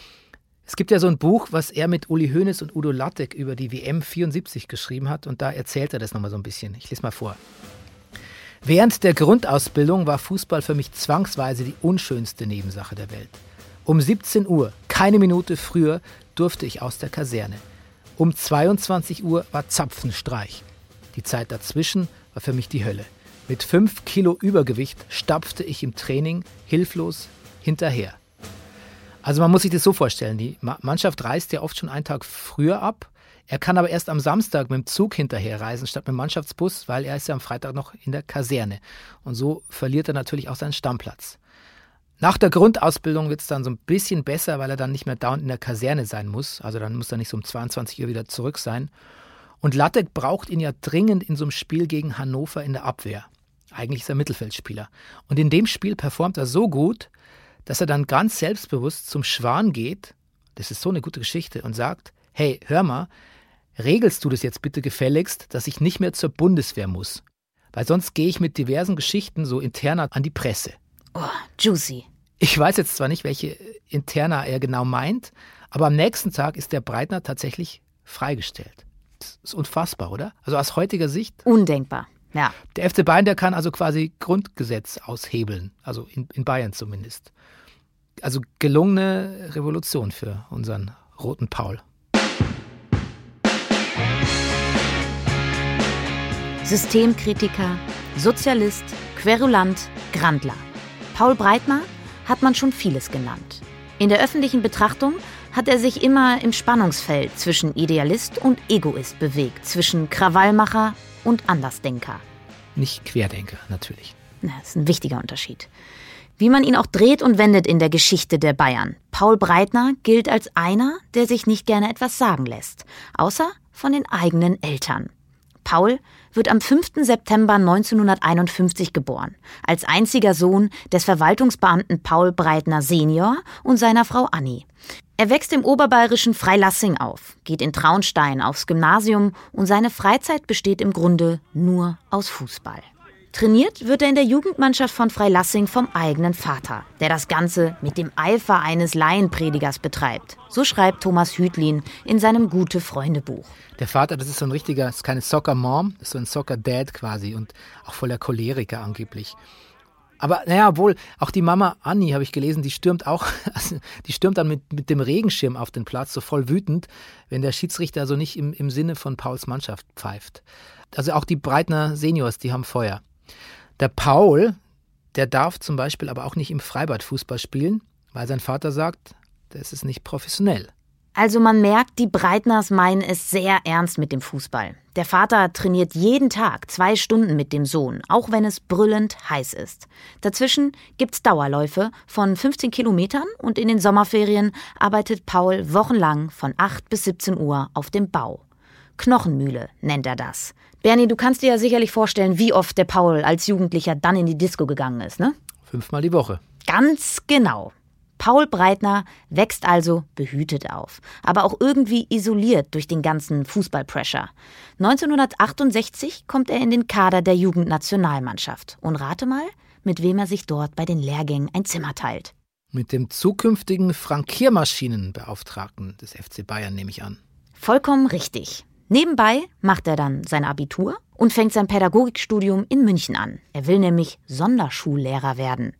Es gibt ja so ein Buch, was er mit Uli Hoeneß und Udo Lattek über die WM 74 geschrieben hat und da erzählt er das nochmal so ein bisschen. Ich lese mal vor. Während der Grundausbildung war Fußball für mich zwangsweise die unschönste Nebensache der Welt. Um 17 Uhr, keine Minute früher, durfte ich aus der Kaserne. Um 22 Uhr war Zapfenstreich. Die Zeit dazwischen war für mich die Hölle. Mit 5 Kilo Übergewicht stapfte ich im Training hilflos hinterher. Also man muss sich das so vorstellen, die Mannschaft reist ja oft schon einen Tag früher ab. Er kann aber erst am Samstag mit dem Zug hinterher reisen statt mit dem Mannschaftsbus, weil er ist ja am Freitag noch in der Kaserne. Und so verliert er natürlich auch seinen Stammplatz. Nach der Grundausbildung wird es dann so ein bisschen besser, weil er dann nicht mehr dauernd in der Kaserne sein muss. Also dann muss er nicht so um 22 Uhr wieder zurück sein. Und Lattek braucht ihn ja dringend in so einem Spiel gegen Hannover in der Abwehr. Eigentlich ist er Mittelfeldspieler. Und in dem Spiel performt er so gut, dass er dann ganz selbstbewusst zum Schwan geht, das ist so eine gute Geschichte, und sagt, hey, hör mal, regelst du das jetzt bitte gefälligst, dass ich nicht mehr zur Bundeswehr muss? Weil sonst gehe ich mit diversen Geschichten so interner an die Presse. Oh, juicy. Ich weiß jetzt zwar nicht, welche interna er genau meint, aber am nächsten Tag ist der Breitner tatsächlich freigestellt. Das ist unfassbar, oder? Also aus heutiger Sicht? Undenkbar. Ja. Der FC Bayern, der kann also quasi Grundgesetz aushebeln, also in Bayern zumindest. Also gelungene Revolution für unseren roten Paul. Systemkritiker, Sozialist, Querulant, Grandler. Paul Breitner hat man schon vieles genannt. In der öffentlichen Betrachtung hat er sich immer im Spannungsfeld zwischen Idealist und Egoist bewegt, zwischen Krawallmacher und Andersdenker. Nicht Querdenker, natürlich. Das ist ein wichtiger Unterschied. Wie man ihn auch dreht und wendet in der Geschichte der Bayern. Paul Breitner gilt als einer, der sich nicht gerne etwas sagen lässt, außer von den eigenen Eltern. Paul wird am 5. September 1951 geboren, als einziger Sohn des Verwaltungsbeamten Paul Breitner Senior und seiner Frau Annie. Er wächst im oberbayerischen Freilassing auf, geht in Traunstein aufs Gymnasium und seine Freizeit besteht im Grunde nur aus Fußball. Trainiert wird er in der Jugendmannschaft von Freilassing vom eigenen Vater, der das Ganze mit dem Eifer eines Laienpredigers betreibt. So schreibt Thomas Hütlin in seinem Gute-Freunde-Buch. Der Vater, das ist so ein richtiger, das ist keine Soccer-Mom, das ist so ein Soccer-Dad quasi und auch voller Choleriker angeblich. Aber naja, obwohl, auch die Mama Annie, habe ich gelesen, die stürmt dann mit dem Regenschirm auf den Platz, so voll wütend, wenn der Schiedsrichter so nicht im Sinne von Pauls Mannschaft pfeift. Also auch die Breitner Seniors, die haben Feuer. Der Paul, der darf zum Beispiel aber auch nicht im Freibad Fußball spielen, weil sein Vater sagt, das ist nicht professionell. Also man merkt, die Breitners meinen es sehr ernst mit dem Fußball. Der Vater trainiert jeden Tag 2 Stunden mit dem Sohn, auch wenn es brüllend heiß ist. Dazwischen gibt's Dauerläufe von 15 Kilometern und in den Sommerferien arbeitet Paul wochenlang von 8 bis 17 Uhr auf dem Bau. Knochenmühle nennt er das. Bernie, du kannst dir ja sicherlich vorstellen, wie oft der Paul als Jugendlicher dann in die Disco gegangen ist, ne? 5-mal die Woche. Ganz genau. Paul Breitner wächst also behütet auf, aber auch irgendwie isoliert durch den ganzen Fußballpressure. 1968 kommt er in den Kader der Jugendnationalmannschaft. Und rate mal, mit wem er sich dort bei den Lehrgängen ein Zimmer teilt. Mit dem zukünftigen Frankiermaschinenbeauftragten des FC Bayern, nehme ich an. Vollkommen richtig. Nebenbei macht er dann sein Abitur und fängt sein Pädagogikstudium in München an. Er will nämlich Sonderschullehrer werden.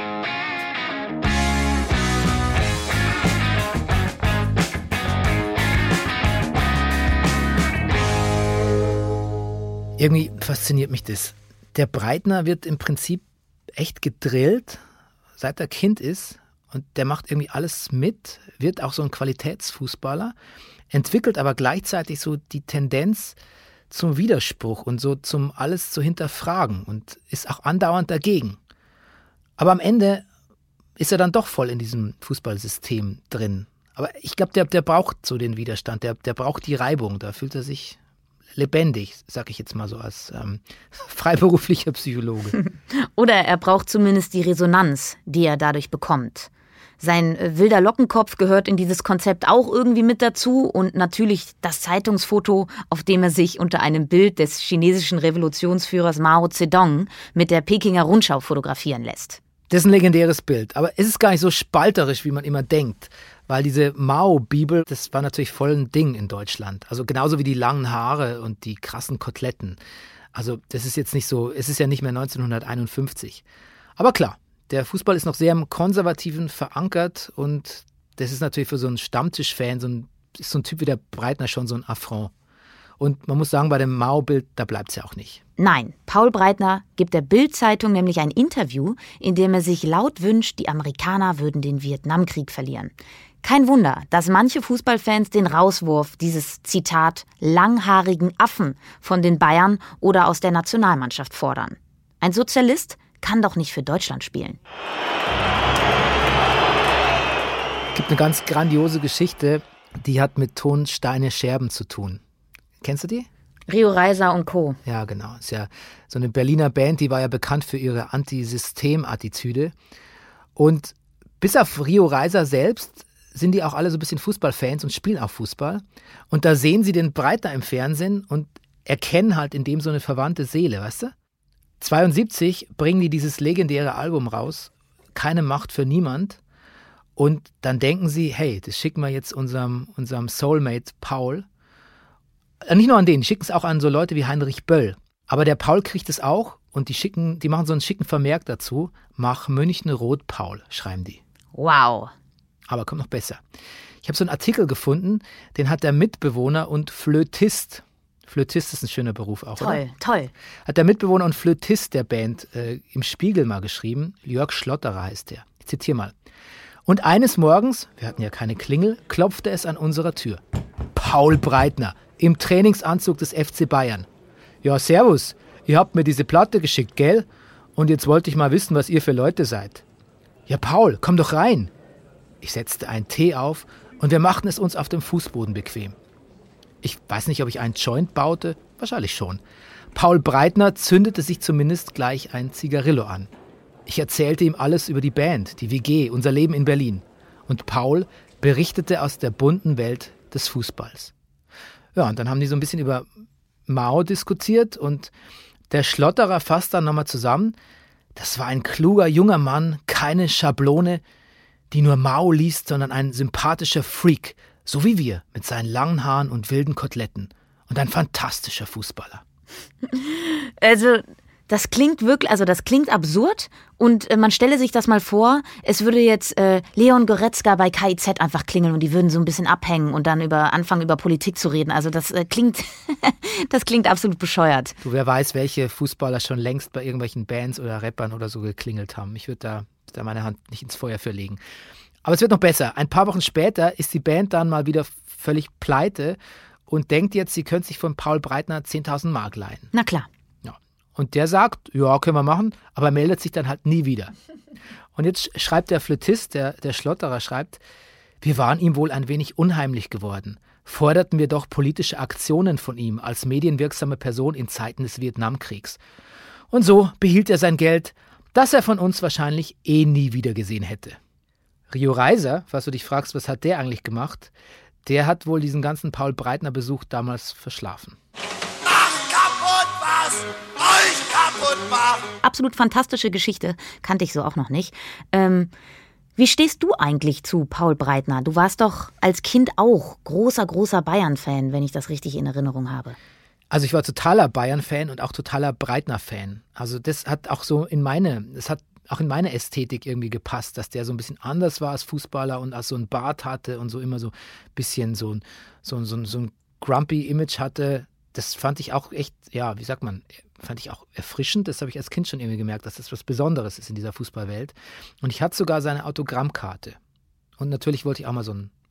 Irgendwie fasziniert mich das. Der Breitner wird im Prinzip echt gedrillt, seit er Kind ist. Und der macht irgendwie alles mit, wird auch so ein Qualitätsfußballer. entwickelt aber gleichzeitig so die Tendenz zum Widerspruch und so zum alles zu hinterfragen und ist auch andauernd dagegen. Aber am Ende ist er dann doch voll in diesem Fußballsystem drin. Aber ich glaube, der braucht so den Widerstand, der braucht die Reibung, da fühlt er sich lebendig, sag ich jetzt mal so als freiberuflicher Psychologe. Oder er braucht zumindest die Resonanz, die er dadurch bekommt. Sein wilder Lockenkopf gehört in dieses Konzept auch irgendwie mit dazu und natürlich das Zeitungsfoto, auf dem er sich unter einem Bild des chinesischen Revolutionsführers Mao Zedong mit der Pekinger Rundschau fotografieren lässt. Das ist ein legendäres Bild, aber es ist gar nicht so spalterisch, wie man immer denkt, weil diese Mao-Bibel, das war natürlich voll ein Ding in Deutschland. Also genauso wie die langen Haare und die krassen Koteletten. Also das ist jetzt nicht so, es ist ja nicht mehr 1951. Aber klar, der Fußball ist noch sehr im Konservativen verankert und das ist natürlich für so einen Stammtischfan, ist so ein Typ wie der Breitner schon so ein Affront. Und man muss sagen, bei dem Mao-Bild, da bleibt es ja auch nicht. Nein, Paul Breitner gibt der Bild-Zeitung nämlich ein Interview, in dem er sich laut wünscht, die Amerikaner würden den Vietnamkrieg verlieren. Kein Wunder, dass manche Fußballfans den Rauswurf dieses, Zitat, langhaarigen Affen von den Bayern oder aus der Nationalmannschaft fordern. Ein Sozialist kann doch nicht für Deutschland spielen. Es gibt eine ganz grandiose Geschichte, die hat mit Ton, Steine, Scherben zu tun. Kennst du die? Rio Reiser und Co. Ja, genau. Ist ja so eine Berliner Band, die war ja bekannt für ihre Antisystem-Attitüde. Und bis auf Rio Reiser selbst sind die auch alle so ein bisschen Fußballfans und spielen auch Fußball. Und da sehen sie den Breitner im Fernsehen und erkennen halt in dem so eine verwandte Seele, weißt du? 1972 bringen die dieses legendäre Album raus, Keine Macht für niemand. Und dann denken sie, hey, das schicken wir jetzt unserem Soulmate Paul. Nicht nur an den, die schicken es auch an so Leute wie Heinrich Böll. Aber der Paul kriegt es auch und die machen so einen schicken Vermerk dazu. Mach München rot, Paul, schreiben die. Wow. Aber kommt noch besser. Ich habe so einen Artikel gefunden, den hat der Mitbewohner und Flötist. Flötist ist ein schöner Beruf auch, toll, oder? Toll. Hat der Mitbewohner und Flötist der Band im Spiegel mal geschrieben. Jörg Schlotterer heißt der. Ich zitiere mal. Und eines Morgens, wir hatten ja keine Klingel, klopfte es an unserer Tür. Paul Breitner im Trainingsanzug des FC Bayern. Ja, servus, ihr habt mir diese Platte geschickt, gell? Und jetzt wollte ich mal wissen, was ihr für Leute seid. Ja, Paul, komm doch rein. Ich setzte einen Tee auf und wir machten es uns auf dem Fußboden bequem. Ich weiß nicht, ob ich einen Joint baute, wahrscheinlich schon. Paul Breitner zündete sich zumindest gleich ein Zigarillo an. Ich erzählte ihm alles über die Band, die WG, unser Leben in Berlin. Und Paul berichtete aus der bunten Welt des Fußballs. Ja, und dann haben die so ein bisschen über Mao diskutiert und der Schlotterer fasst dann nochmal zusammen. Das war ein kluger junger Mann, keine Schablone, die nur Mao liest, sondern ein sympathischer Freak, so wie wir, mit seinen langen Haaren und wilden Koteletten. Und ein fantastischer Fußballer. Also, das klingt wirklich, das klingt absurd und man stelle sich das mal vor, es würde jetzt Leon Goretzka bei KIZ einfach klingeln und die würden so ein bisschen abhängen und dann anfangen über Politik zu reden. Also das klingt absolut bescheuert. Du, wer weiß, welche Fußballer schon längst bei irgendwelchen Bands oder Rappern oder so geklingelt haben. Ich würde da meine Hand nicht ins Feuer für legen. Aber es wird noch besser. Ein paar Wochen später ist die Band dann mal wieder völlig pleite und denkt jetzt, sie könnte sich von Paul Breitner 10.000 Mark leihen. Na klar. Und der sagt, ja, können wir machen, aber meldet sich dann halt nie wieder. Und jetzt schreibt der Flötist, der Schlotterer schreibt, wir waren ihm wohl ein wenig unheimlich geworden. Forderten wir doch politische Aktionen von ihm als medienwirksame Person in Zeiten des Vietnamkriegs. Und so behielt er sein Geld, das er von uns wahrscheinlich nie wieder gesehen hätte. Rio Reiser, falls du dich fragst, was hat der eigentlich gemacht, der hat wohl diesen ganzen Paul Breitner-Besuch damals verschlafen. Euch kaputt machen! Absolut fantastische Geschichte, kannte ich so auch noch nicht. Wie stehst du eigentlich zu Paul Breitner? Du warst doch als Kind auch großer Bayern-Fan, wenn ich das richtig in Erinnerung habe. Also ich war totaler Bayern-Fan und auch totaler Breitner-Fan. Also das hat auch so in meine Ästhetik irgendwie gepasst, dass der so ein bisschen anders war als Fußballer und als so ein Bart hatte und so immer so ein bisschen so ein grumpy Image hatte. Das fand ich auch echt, ja, wie sagt man, fand ich auch erfrischend. Das habe ich als Kind schon irgendwie gemerkt, dass das was Besonderes ist in dieser Fußballwelt. Und ich hatte sogar seine Autogrammkarte. Und natürlich wollte ich auch mal so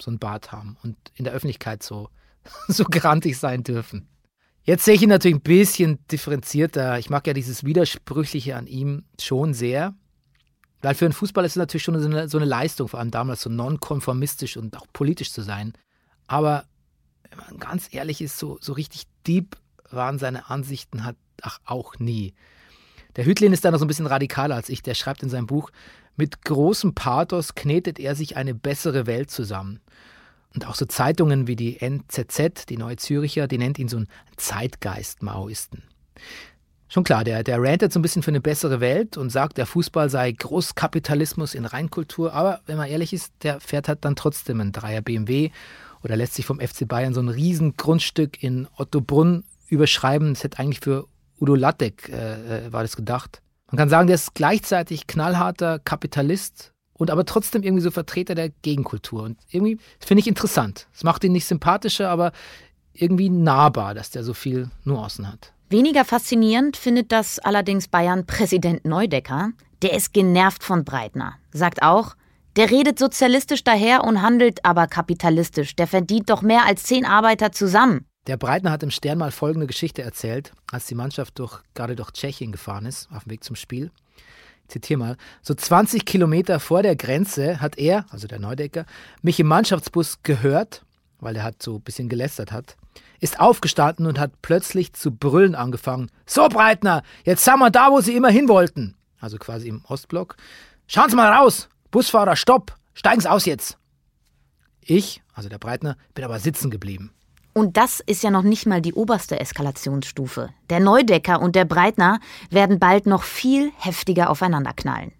einen Bart haben und in der Öffentlichkeit so grantig sein dürfen. Jetzt sehe ich ihn natürlich ein bisschen differenzierter. Ich mag ja dieses Widersprüchliche an ihm schon sehr. Weil für einen Fußballer ist es natürlich schon so eine Leistung, vor allem damals so nonkonformistisch und auch politisch zu sein. Aber wenn man ganz ehrlich ist, so richtig deep waren seine Ansichten auch nie. Der Hütlin ist da noch so ein bisschen radikaler als ich. Der schreibt in seinem Buch, mit großem Pathos knetet er sich eine bessere Welt zusammen. Und auch so Zeitungen wie die NZZ, die Neue Züricher, die nennt ihn so einen Zeitgeist-Maoisten. Schon klar, der rantet so ein bisschen für eine bessere Welt und sagt, der Fußball sei Großkapitalismus in Reinkultur. Aber wenn man ehrlich ist, der fährt halt dann trotzdem einen 3er BMW oder lässt sich vom FC Bayern so ein riesen Grundstück in Ottobrunn überschreiben. Das hätte eigentlich für Udo Lattek war das gedacht. Man kann sagen, der ist gleichzeitig knallharter Kapitalist und aber trotzdem irgendwie so Vertreter der Gegenkultur. Und irgendwie finde ich interessant. Es macht ihn nicht sympathischer, aber irgendwie nahbar, dass der so viel Nuancen hat. Weniger faszinierend findet das allerdings Bayern-Präsident Neudecker. Der ist genervt von Breitner. Sagt auch, der redet sozialistisch daher und handelt aber kapitalistisch. Der verdient doch mehr als 10 Arbeiter zusammen. Der Breitner hat im Stern mal folgende Geschichte erzählt, als die Mannschaft gerade durch Tschechien gefahren ist, auf dem Weg zum Spiel. Ich zitiere mal, so 20 Kilometer vor der Grenze hat er, also der Neudecker, mich im Mannschaftsbus gehört, weil er halt so ein bisschen gelästert hat, ist aufgestanden und hat plötzlich zu brüllen angefangen. So, Breitner, jetzt sind wir da, wo Sie immer hin wollten. Also quasi im Ostblock. Schauen Sie mal raus. Busfahrer, stopp. Steigen Sie aus jetzt. Ich, also der Breitner, bin aber sitzen geblieben. Und das ist ja noch nicht mal die oberste Eskalationsstufe. Der Neudecker und der Breitner werden bald noch viel heftiger aufeinanderknallen.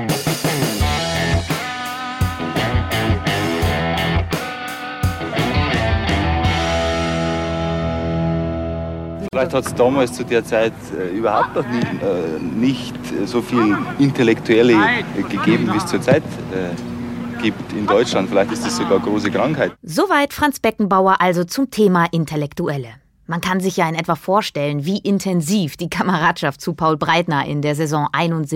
Vielleicht hat es damals zu der Zeit überhaupt noch nicht so viel Intellektuelle gegeben, wie es zurzeit gibt in Deutschland. Vielleicht ist das sogar eine große Krankheit. Soweit Franz Beckenbauer also zum Thema Intellektuelle. Man kann sich ja in etwa vorstellen, wie intensiv die Kameradschaft zu Paul Breitner in der Saison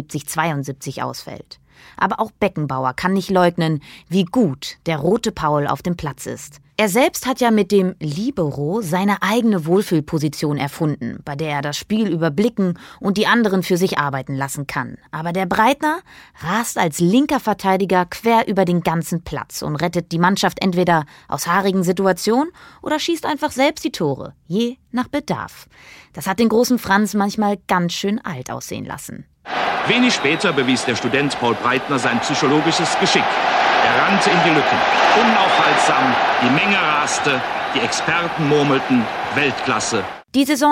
71-72 ausfällt. Aber auch Beckenbauer kann nicht leugnen, wie gut der rote Paul auf dem Platz ist. Er selbst hat ja mit dem Libero seine eigene Wohlfühlposition erfunden, bei der er das Spiel überblicken und die anderen für sich arbeiten lassen kann. Aber der Breitner rast als linker Verteidiger quer über den ganzen Platz und rettet die Mannschaft entweder aus haarigen Situationen oder schießt einfach selbst die Tore, je nach Bedarf. Das hat den großen Franz manchmal ganz schön alt aussehen lassen. Wenig später bewies der Student Paul Breitner sein psychologisches Geschick. Er rannte in die Lücken, unaufhaltsam, die Menge raste, die Experten murmelten, Weltklasse. Die Saison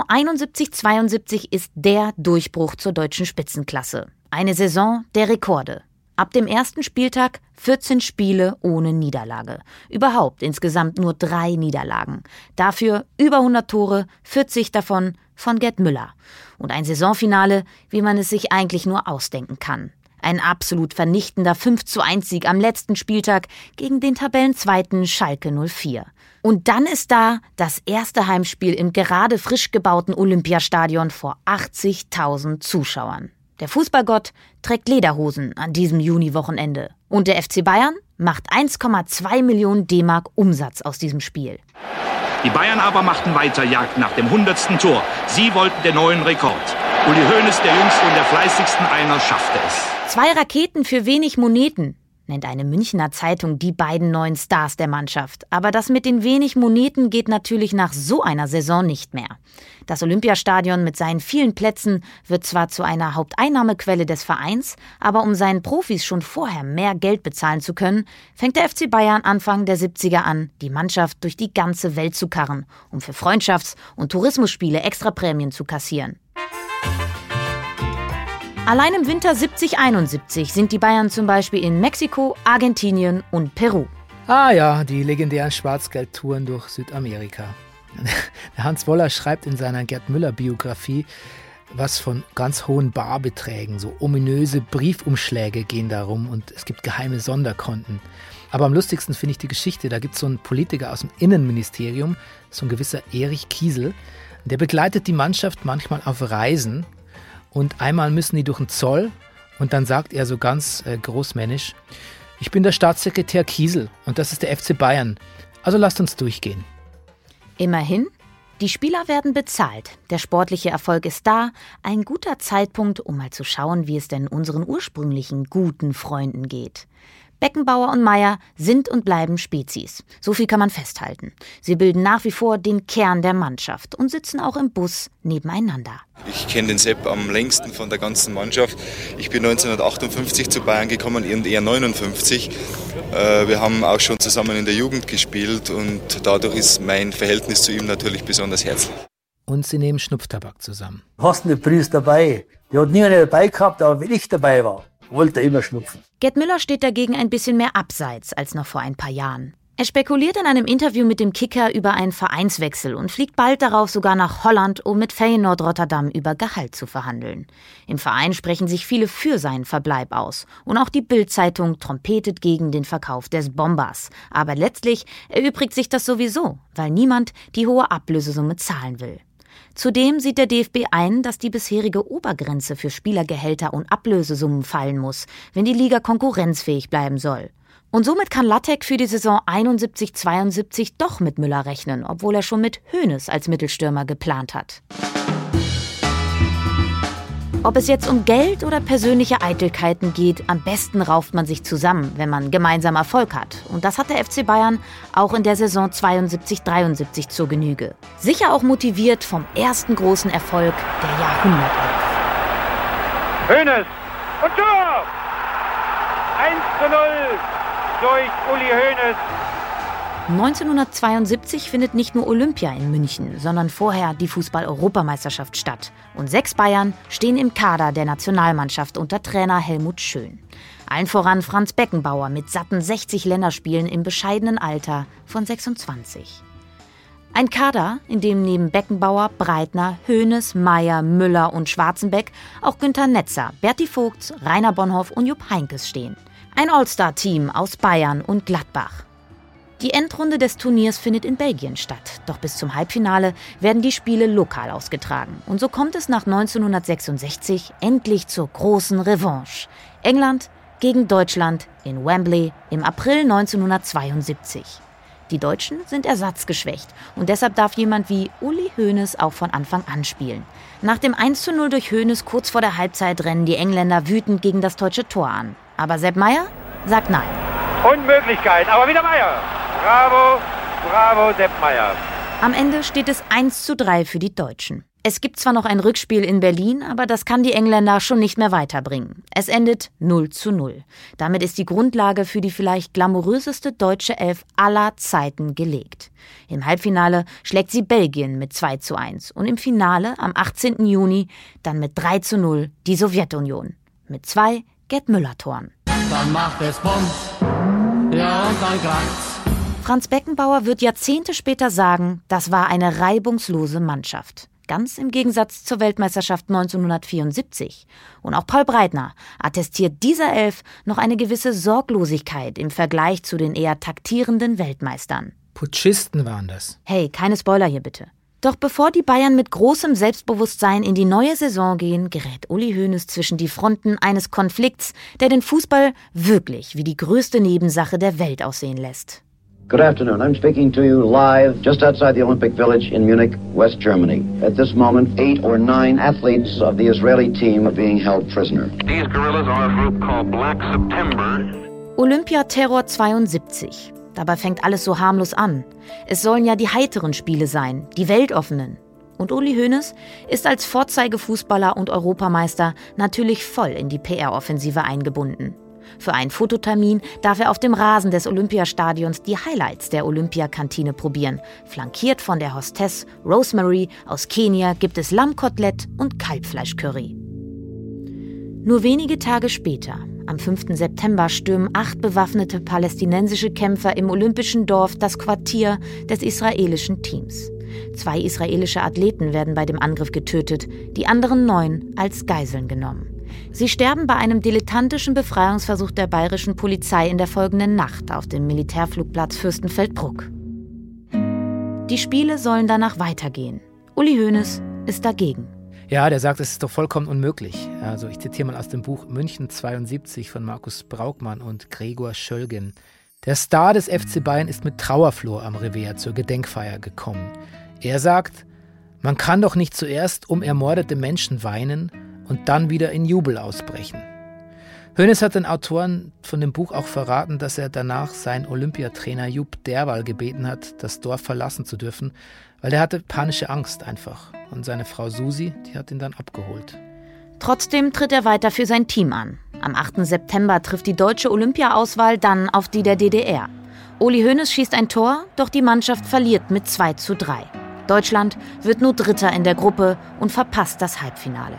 71-72 ist der Durchbruch zur deutschen Spitzenklasse. Eine Saison der Rekorde. Ab dem ersten Spieltag 14 Spiele ohne Niederlage. Überhaupt insgesamt nur 3 Niederlagen. Dafür über 100 Tore, 40 davon von Gerd Müller. Und ein Saisonfinale, wie man es sich eigentlich nur ausdenken kann. Ein absolut vernichtender 5:1-Sieg am letzten Spieltag gegen den Tabellenzweiten Schalke 04. Und dann ist da das erste Heimspiel im gerade frisch gebauten Olympiastadion vor 80.000 Zuschauern. Der Fußballgott trägt Lederhosen an diesem Juniwochenende. Und der FC Bayern macht 1,2 Millionen D-Mark Umsatz aus diesem Spiel. Die Bayern aber machten weiter Jagd nach dem 100. Tor. Sie wollten den neuen Rekord. Uli Hoeneß, der jüngste und der fleißigsten einer, schaffte es. 2 Raketen für wenig Moneten, nennt eine Münchner Zeitung die beiden neuen Stars der Mannschaft. Aber das mit den wenig Moneten geht natürlich nach so einer Saison nicht mehr. Das Olympiastadion mit seinen vielen Plätzen wird zwar zu einer Haupteinnahmequelle des Vereins, aber um seinen Profis schon vorher mehr Geld bezahlen zu können, fängt der FC Bayern Anfang der 70er an, die Mannschaft durch die ganze Welt zu karren, um für Freundschafts- und Tourismusspiele Extraprämien zu kassieren. Allein im Winter 70-71 sind die Bayern zum Beispiel in Mexiko, Argentinien und Peru. Ah ja, die legendären Schwarzgeldtouren durch Südamerika. Der Hans Woller schreibt in seiner Gerd Müller-Biografie was von ganz hohen Barbeträgen. So ominöse Briefumschläge gehen da rum und es gibt geheime Sonderkonten. Aber am lustigsten finde ich die Geschichte. Da gibt es so einen Politiker aus dem Innenministerium, so ein gewisser Erich Kiesel. Der begleitet die Mannschaft manchmal auf Reisen. Und einmal müssen die durch den Zoll und dann sagt er so ganz großmännisch, Ich bin der Staatssekretär Kiesel und das ist der FC Bayern. Also lasst uns durchgehen. Immerhin, die Spieler werden bezahlt. Der sportliche Erfolg ist da. Ein guter Zeitpunkt, um mal zu schauen, wie es denn unseren ursprünglichen guten Freunden geht. Beckenbauer und Maier sind und bleiben Spezies. So viel kann man festhalten. Sie bilden nach wie vor den Kern der Mannschaft und sitzen auch im Bus nebeneinander. Ich kenne den Sepp am längsten von der ganzen Mannschaft. Ich bin 1958 zu Bayern gekommen und er 59. Wir haben auch schon zusammen in der Jugend gespielt und dadurch ist mein Verhältnis zu ihm natürlich besonders herzlich. Und sie nehmen Schnupftabak zusammen. Hast du eine Prise dabei? Die hat niemand dabei gehabt, aber wenn ich dabei war, wollte er immer schnupfen. Gerd Müller steht dagegen ein bisschen mehr abseits als noch vor ein paar Jahren. Er spekuliert in einem Interview mit dem Kicker über einen Vereinswechsel und fliegt bald darauf sogar nach Holland, um mit Feyenoord Rotterdam über Gehalt zu verhandeln. Im Verein sprechen sich viele für seinen Verbleib aus. Und auch die Bild-Zeitung trompetet gegen den Verkauf des Bombers. Aber letztlich erübrigt sich das sowieso, weil niemand die hohe Ablösesumme zahlen will. Zudem sieht der DFB ein, dass die bisherige Obergrenze für Spielergehälter und Ablösesummen fallen muss, wenn die Liga konkurrenzfähig bleiben soll. Und somit kann Lattek für die Saison 71/72 doch mit Müller rechnen, obwohl er schon mit Hoeneß als Mittelstürmer geplant hat. Ob es jetzt um Geld oder persönliche Eitelkeiten geht, am besten rauft man sich zusammen, wenn man gemeinsam Erfolg hat. Und das hat der FC Bayern auch in der Saison 72/73 zur Genüge. Sicher auch motiviert vom ersten großen Erfolg der Jahrhundertelf. Hoeneß und Tor! 1:0 durch Uli Hoeneß. 1972 findet nicht nur Olympia in München, sondern vorher die Fußball-Europameisterschaft statt. Und 6 Bayern stehen im Kader der Nationalmannschaft unter Trainer Helmut Schön. Allen voran Franz Beckenbauer mit satten 60 Länderspielen im bescheidenen Alter von 26. Ein Kader, in dem neben Beckenbauer, Breitner, Hoeneß, Maier, Müller und Schwarzenbeck auch Günter Netzer, Berti Vogts, Rainer Bonhoff und Jupp Heynckes stehen. Ein All-Star-Team aus Bayern und Gladbach. Die Endrunde des Turniers findet in Belgien statt. Doch bis zum Halbfinale werden die Spiele lokal ausgetragen. Und so kommt es nach 1966 endlich zur großen Revanche. England gegen Deutschland in Wembley im April 1972. Die Deutschen sind ersatzgeschwächt und deshalb darf jemand wie Uli Hoeneß auch von Anfang an spielen. Nach dem 1:0 durch Hoeneß kurz vor der Halbzeit rennen die Engländer wütend gegen das deutsche Tor an. Aber Sepp Maier sagt nein. Unmöglichkeit, aber wieder Maier. Bravo, bravo Sepp Maier. Am Ende steht es 1:3 für die Deutschen. Es gibt zwar noch ein Rückspiel in Berlin, aber das kann die Engländer schon nicht mehr weiterbringen. Es endet 0:0. Damit ist die Grundlage für die vielleicht glamouröseste deutsche Elf aller Zeiten gelegt. Im Halbfinale schlägt sie Belgien mit 2:1 und im Finale am 18. Juni dann mit 3:0 die Sowjetunion. Mit 2 Gerd Müller-Toren. Dann macht es Bums, ja und dann kracht's. Franz Beckenbauer wird Jahrzehnte später sagen, das war eine reibungslose Mannschaft. Ganz im Gegensatz zur Weltmeisterschaft 1974. Und auch Paul Breitner attestiert dieser Elf noch eine gewisse Sorglosigkeit im Vergleich zu den eher taktierenden Weltmeistern. Putschisten waren das. Hey, keine Spoiler hier bitte. Doch bevor die Bayern mit großem Selbstbewusstsein in die neue Saison gehen, gerät Uli Hoeneß zwischen die Fronten eines Konflikts, der den Fußball wirklich wie die größte Nebensache der Welt aussehen lässt. Good afternoon. I'm speaking to you live just outside the Olympic Village in Munich, West Germany. At this moment, 8 or 9 athletes of the Israeli team are being held prisoner. These guerrillas are a group called Black September. Olympiaterror 72. Dabei fängt alles so harmlos an. Es sollen ja die heiteren Spiele sein, die weltoffenen. Und Uli Hoeneß ist als Vorzeigefußballer und Europameister natürlich voll in die PR-Offensive eingebunden. Für einen Fototermin darf er auf dem Rasen des Olympiastadions die Highlights der Olympiakantine probieren. Flankiert von der Hostess Rosemary aus Kenia gibt es Lammkotelett und Kalbfleischcurry. Nur wenige Tage später, am 5. September, stürmen 8 bewaffnete palästinensische Kämpfer im olympischen Dorf das Quartier des israelischen Teams. 2 israelische Athleten werden bei dem Angriff getötet, die anderen 9 als Geiseln genommen. Sie sterben bei einem dilettantischen Befreiungsversuch der bayerischen Polizei in der folgenden Nacht auf dem Militärflugplatz Fürstenfeldbruck. Die Spiele sollen danach weitergehen. Uli Hoeneß ist dagegen. Ja, der sagt, es ist doch vollkommen unmöglich. Also ich zitiere mal aus dem Buch München 72 von Markus Braukmann und Gregor Schölgen. Der Star des FC Bayern ist mit Trauerflor am Revier zur Gedenkfeier gekommen. Er sagt, man kann doch nicht zuerst um ermordete Menschen weinen und dann wieder in Jubel ausbrechen. Hoeneß hat den Autoren von dem Buch auch verraten, dass er danach seinen Olympiatrainer Joop Derwal gebeten hat, das Dorf verlassen zu dürfen, weil er hatte panische Angst einfach. Und seine Frau Susi, die hat ihn dann abgeholt. Trotzdem tritt er weiter für sein Team an. Am 8. September trifft die deutsche Olympia-Auswahl dann auf die der DDR. Uli Hoeneß schießt ein Tor, doch die Mannschaft verliert mit 2:3. Deutschland wird nur Dritter in der Gruppe und verpasst das Halbfinale.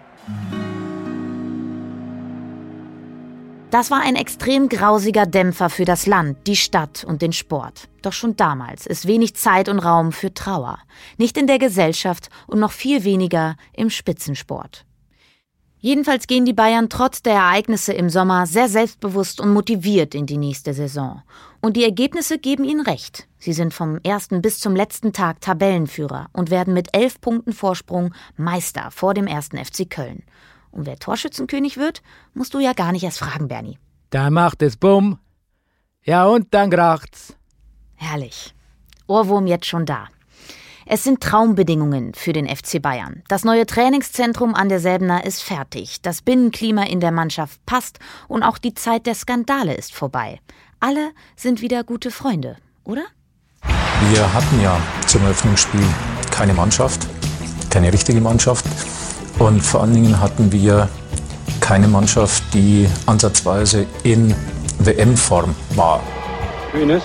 Das war ein extrem grausiger Dämpfer für das Land, die Stadt und den Sport. Doch schon damals ist wenig Zeit und Raum für Trauer. Nicht in der Gesellschaft und noch viel weniger im Spitzensport. Jedenfalls gehen die Bayern trotz der Ereignisse im Sommer sehr selbstbewusst und motiviert in die nächste Saison. Und die Ergebnisse geben ihnen recht. Sie sind vom ersten bis zum letzten Tag Tabellenführer und werden mit 11 Punkten Vorsprung Meister vor dem 1. FC Köln. Und wer Torschützenkönig wird, musst du ja gar nicht erst fragen, Bernie. Da macht es Bumm. Ja, und dann kracht's. Herrlich. Ohrwurm jetzt schon da. Es sind Traumbedingungen für den FC Bayern. Das neue Trainingszentrum an der Säbener ist fertig. Das Binnenklima in der Mannschaft passt und auch die Zeit der Skandale ist vorbei. Alle sind wieder gute Freunde, oder? Wir hatten ja zum Eröffnungsspiel keine Mannschaft, keine richtige Mannschaft. Und vor allen Dingen hatten wir keine Mannschaft, die ansatzweise in WM-Form war. Hoeneß.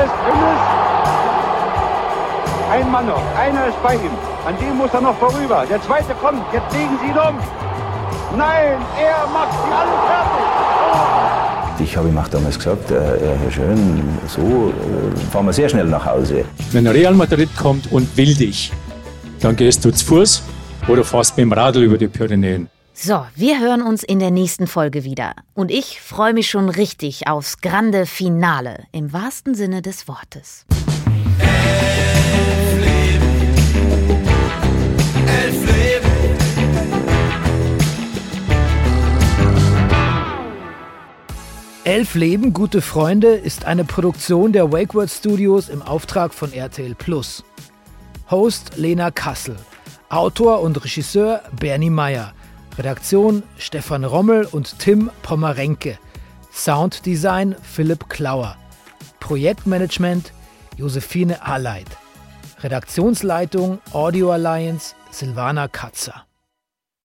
Ein Mann noch, einer ist bei ihm. An dem muss er noch vorüber. Der zweite kommt, jetzt legen sie ihn um. Nein, er macht sie alle fertig. Ich habe ihm auch damals gesagt, Herr Schön, so fahren wir sehr schnell nach Hause. Wenn Real Madrid kommt und will dich, dann gehst du zu Fuß oder fährst mit dem Radl über die Pyrenäen. So, wir hören uns in der nächsten Folge wieder. Und ich freue mich schon richtig aufs grande Finale, im wahrsten Sinne des Wortes. 11 Leben. Elf Leben, gute Freunde ist eine Produktion der WakeWord Studios im Auftrag von RTL+. Host Lena Kassel. Autor und Regisseur Bernie Meyer. Redaktion Stefan Rommel und Tim Pommerenke. Sounddesign Philipp Klauer. Projektmanagement Josephine Ahleit. Redaktionsleitung Audio Alliance Silvana Katzer.